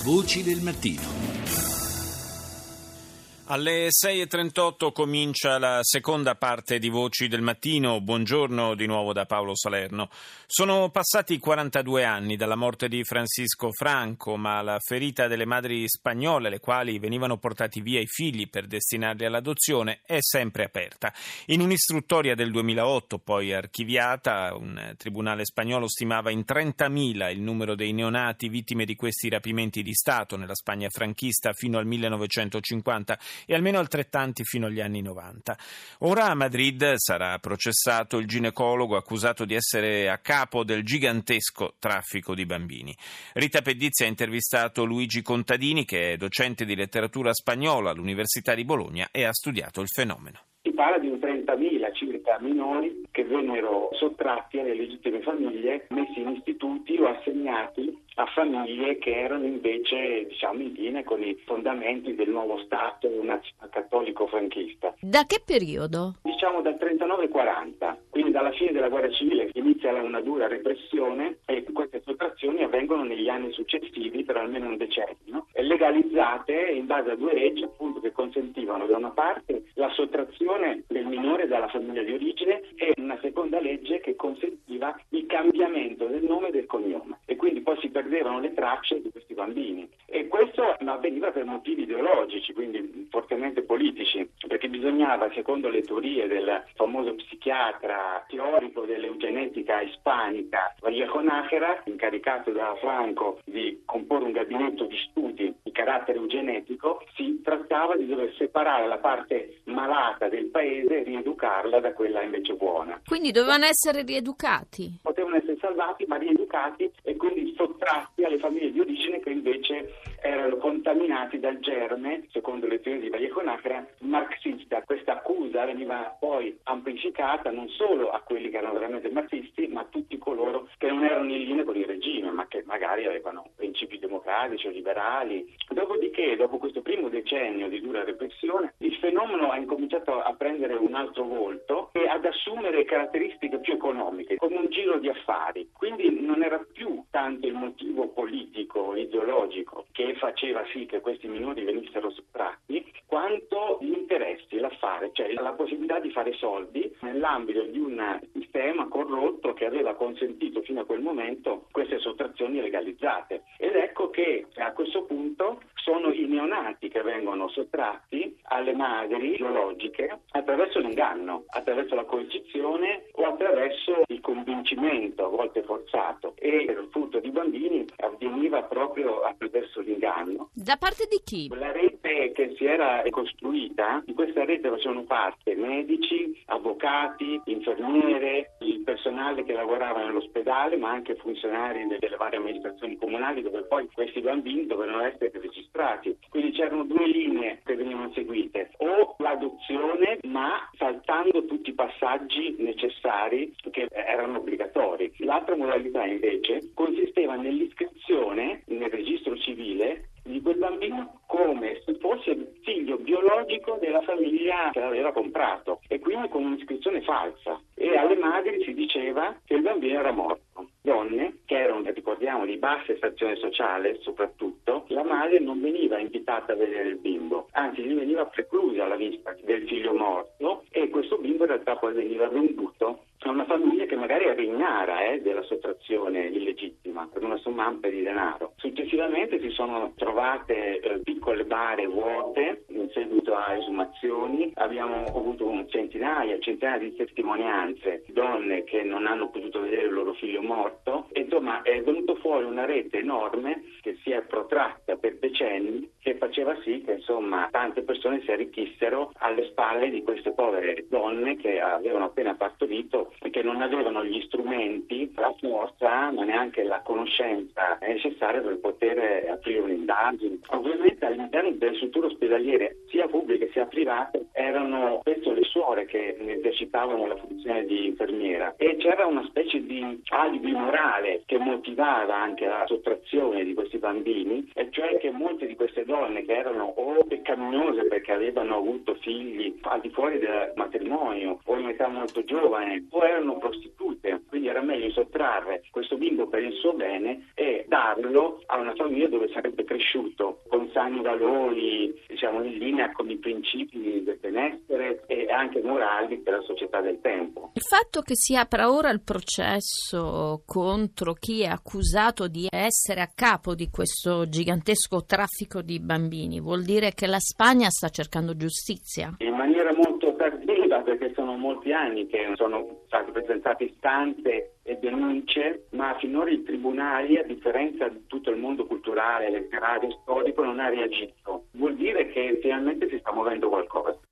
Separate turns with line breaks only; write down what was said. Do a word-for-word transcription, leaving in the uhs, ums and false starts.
Voci del mattino.
Alle sei e trentotto comincia la seconda parte di Voci del Mattino. Buongiorno di nuovo da Paolo Salerno. Sono passati quarantadue anni dalla morte di Francisco Franco, ma la ferita delle madri spagnole, le quali venivano portati via i figli per destinarli all'adozione, è sempre aperta. In un'istruttoria del duemilaotto, poi archiviata, un tribunale spagnolo stimava in trentamila il numero dei neonati vittime di questi rapimenti di Stato nella Spagna franchista fino al millenovecentocinquanta e almeno altrettanti fino agli anni novanta. Ora a Madrid sarà processato il ginecologo accusato di essere a capo del gigantesco traffico di bambini. Rita Pedizzi ha intervistato Luigi Contadini, che è docente di letteratura spagnola all'Università di Bologna e ha studiato il fenomeno.
Si parla di un trentamila circa minori che vennero sottratti alle legittime famiglie, messi in istituti o assegnati a famiglie che erano invece, diciamo, in linea con i fondamenti del nuovo Stato cattolico franchista.
Da che periodo?
Diciamo dal trentanove quaranta, quindi dalla fine della guerra civile inizia una dura repressione e queste sottrazioni avvengono negli anni successivi per almeno un decennio, legalizzate in base a due leggi appunto che consentivano da una parte la sottrazione del minore dalla famiglia di origine e una seconda legge che consentiva il cambiamento del nome e del cognome, e quindi poi si perdevano le tracce di questi bambini. E questo avveniva per motivi ideologici, quindi fortemente politici, perché bisognava, secondo le teorie del famoso psichiatra teorico dell'eugenetica ispanica Vallejo Nájera, incaricato da Franco di comporre un gabinetto di studi di carattere eugenetico, si trattava di dover separare la parte malata del paese e rieducarla da quella invece buona.
Quindi dovevano essere rieducati?
Potevano essere salvati ma rieducati e quindi sottratti alle famiglie di origine che invece erano contaminati dal germe, secondo le teorie di Vallejo Nájera, marxista. Questa accusa veniva poi amplificata non solo a quelli che erano veramente marxisti, ma a tutti coloro che non erano in linea con il regime, ma che magari avevano principi democratici o liberali. Dopodiché, dopo questo primo decennio di dura repressione, il fenomeno ha incominciato a prendere un altro volto e ad assumere caratteristiche più economiche, come un giro di affari. Quindi non era più tanto il motivo politico, ideologico, che faceva sì che questi minori venissero sottratti, quanto gli interessi, l'affare, cioè la possibilità di fare soldi nell'ambito di un sistema corrotto che aveva consentito fino a quel momento queste sottrazioni legalizzate. Ed ecco che a questo punto sono i neonati che vengono sottratti alle madri biologiche attraverso l'inganno, attraverso la coercizione o attraverso il convincimento, a volte forzato, e il furto di bambini avveniva proprio attraverso l'inganno.
Da parte di chi?
La rete che si era costruita, di questa rete facevano parte medici, avvocati, infermiere, il personale che lavorava nell'ospedale, ma anche funzionari delle varie amministrazioni comunali, dove poi questi bambini dovevano essere registrati. Quindi c'erano due linee che venivano seguite: o l'adozione, ma saltando tutti i passaggi necessari che erano obbligatori. L'altra modalità invece consisteva nell'iscrizione nel registro civile di quel bambino come se fosse figlio biologico della famiglia che l'aveva comprato, e quindi con un'iscrizione falsa, e alle madri si diceva che il bambino era morto. Donne che erano, ricordiamo, di bassa estrazione sociale soprattutto, la madre non veniva invitata a vedere il bimbo, anzi gli veniva preclusa la vista del figlio morto, e questo bimbo in realtà poi veniva venduto a una famiglia che magari era ignara eh, della sottrazione illegittima per una somma ampia di denaro. Successivamente si sono trovate eh, piccole bare vuote in seguito a esumazioni. Abbiamo avuto un centinaia, centinaia di testimonianze, donne che non hanno potuto vedere il loro figlio morto, e insomma è venuto fuori una rete enorme che si è protratta per decenni, che faceva sì che insomma tante persone si arricchissero alle spalle di queste povere donne che avevano appena partorito e che non avevano gli strumenti, la forza, ma neanche la conoscenza necessaria per poter aprire un'indagine. Ovviamente all'interno delle strutture ospedaliere, sia pubbliche sia private, erano spesso le suore che esercitavano la funzione di infermiera, e c'era una specie di alibi morale che motivava anche la sottrazione di questi bambini, e cioè che molte di queste donne che erano o peccaminose perché avevano avuto figli al di fuori del matrimonio o in età molto giovane o erano prostitute, quindi quindi era meglio sottrarre questo bimbo per il suo bene e darlo a una famiglia dove sarebbe cresciuto con sani valori, diciamo in linea con i principi del benessere e anche morali della società del tempo.
Il fatto che si apra ora il processo contro chi è accusato di essere a capo di questo gigantesco traffico di bambini vuol dire che la Spagna sta cercando giustizia?
In maniera molto tardiva, perché sono molti anni che sono state presentate istanze e denunce, ma finora i tribunali, a differenza di tutto il mondo culturale, letterario, storico, non ha reagito. Vuol dire che finalmente si sta muovendo qualcosa.